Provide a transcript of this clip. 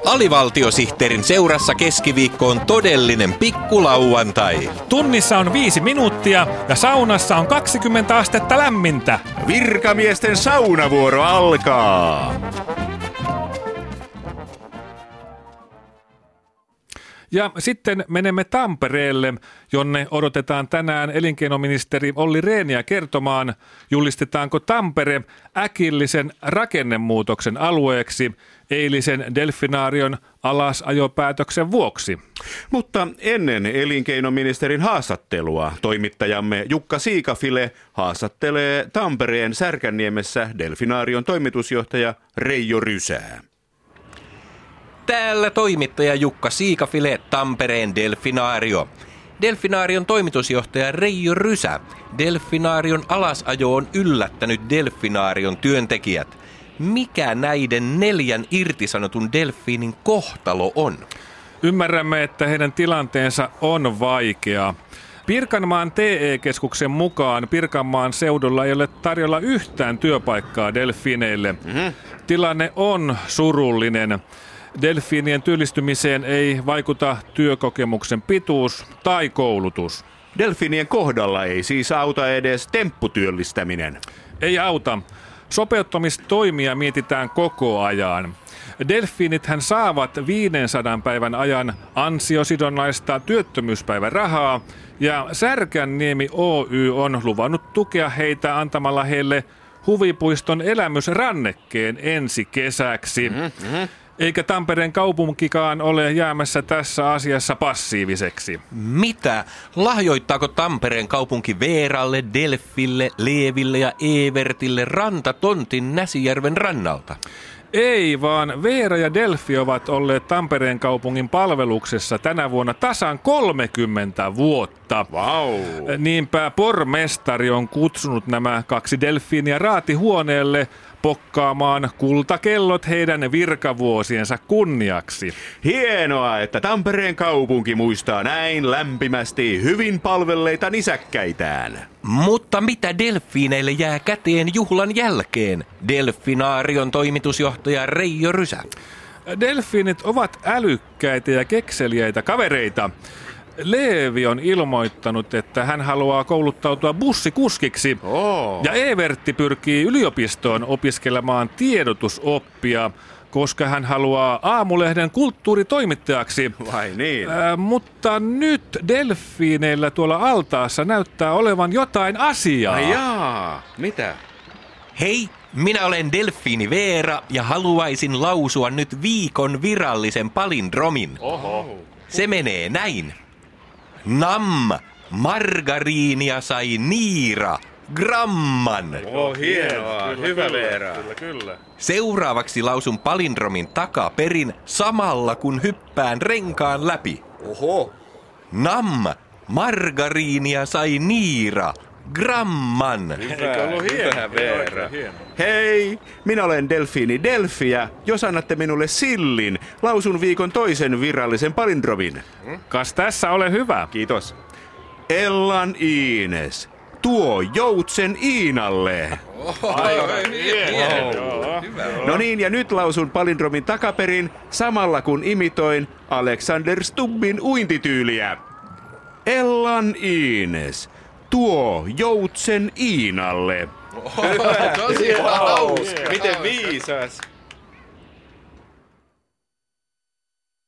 Alivaltiosihteerin seurassa keskiviikko on todellinen pikkulauantai. Tunnissa on 5 minuuttia ja saunassa on 20 astetta lämmintä. Virkamiesten saunavuoro alkaa. Ja sitten menemme Tampereelle, jonne odotetaan tänään elinkeinoministeri Olli Rehniä kertomaan, julistetaanko Tampere äkillisen rakennemuutoksen alueeksi eilisen delfinaarion alasajopäätöksen vuoksi. Mutta ennen elinkeinoministerin haastattelua toimittajamme Jukka Siikafile haastattelee Tampereen Särkänniemessä delfinaarion toimitusjohtaja Reijo Rysää. Täällä toimittaja Jukka Siikafile, Tampereen delfinaario. Delfinaarion toimitusjohtaja Reijo Rysä. Delfinaarion alasajo on yllättänyt delfinaarion työntekijät. Mikä näiden 4 irtisanotun delfiinin kohtalo on? Ymmärrämme, että heidän tilanteensa on vaikea. Pirkanmaan TE-keskuksen mukaan Pirkanmaan seudulla ei ole tarjolla yhtään työpaikkaa delfiineille. Tilanne on surullinen. Delfiinien työllistymiseen ei vaikuta työkokemuksen pituus tai koulutus. Delfiinien kohdalla ei siis auta edes tempputyöllistäminen. Ei auta. Sopeuttamistoimia mietitään koko ajan. Delfiinithän saavat 500 päivän ajan ansiosidonnaista työttömyyspäivärahaa ja Särkänniemi Oy on luvannut tukea heitä antamalla heille huvipuiston elämysrannekkeen ensi kesäksi. Eikä Tampereen kaupunkikaan ole jäämässä tässä asiassa passiiviseksi. Mitä? Lahjoittaako Tampereen kaupunki Veeralle, Delfille, Leeville ja Evertille rantatontin Näsijärven rannalta? Ei, vaan Veera ja Delfi ovat olleet Tampereen kaupungin palveluksessa tänä vuonna tasan 30 vuotta. Vau! Niinpä pormestari on kutsunut nämä 2 delfiiniä raatihuoneelle pokkaamaan kultakellot heidän virkavuosiensa kunniaksi. Hienoa, että Tampereen kaupunki muistaa näin lämpimästi hyvin palvelleita nisäkkäitään. Mutta mitä delfiineille jää käteen juhlan jälkeen? Delfinaarion toimitusjohtaja Reijo Rysä. Delfiinit ovat älykkäitä ja kekseliäitä kavereita. Leevi on ilmoittanut, että hän haluaa kouluttautua bussikuskiksi. Ja Evertti pyrkii yliopistoon opiskelemaan tiedotusoppia, koska hän haluaa Aamulehden kulttuuritoimittajaksi. Vai niin? Mutta nyt delfiineillä tuolla altaassa näyttää olevan jotain asiaa. Ai jaa, mitä? Hei, minä olen delfiini Veera ja haluaisin lausua nyt viikon virallisen palindromin. Oho. Se menee näin. Nam, margariinia sai Niira, gramman. Hienoa, hyvä Veera. Kyllä. Seuraavaksi lausun palindromin takaperin samalla kun hyppään renkaan läpi. Oho. Nam, margariinia sai Niira, gramman. Hyvä Veera. Hei, minä olen delfiini Delfi ja jos annatte minulle sillin, lausun viikon toisen virallisen palindromin. Kas tässä ole hyvä. Kiitos. Ellan Iines, tuo joutsen Iinalle. No niin, ja nyt lausun palindromin takaperin samalla kun imitoin Alexander Stubbin uintityyliä. Ellan Iines, tuo joutsen Iinalle. Tosi hauska. Miten viisas.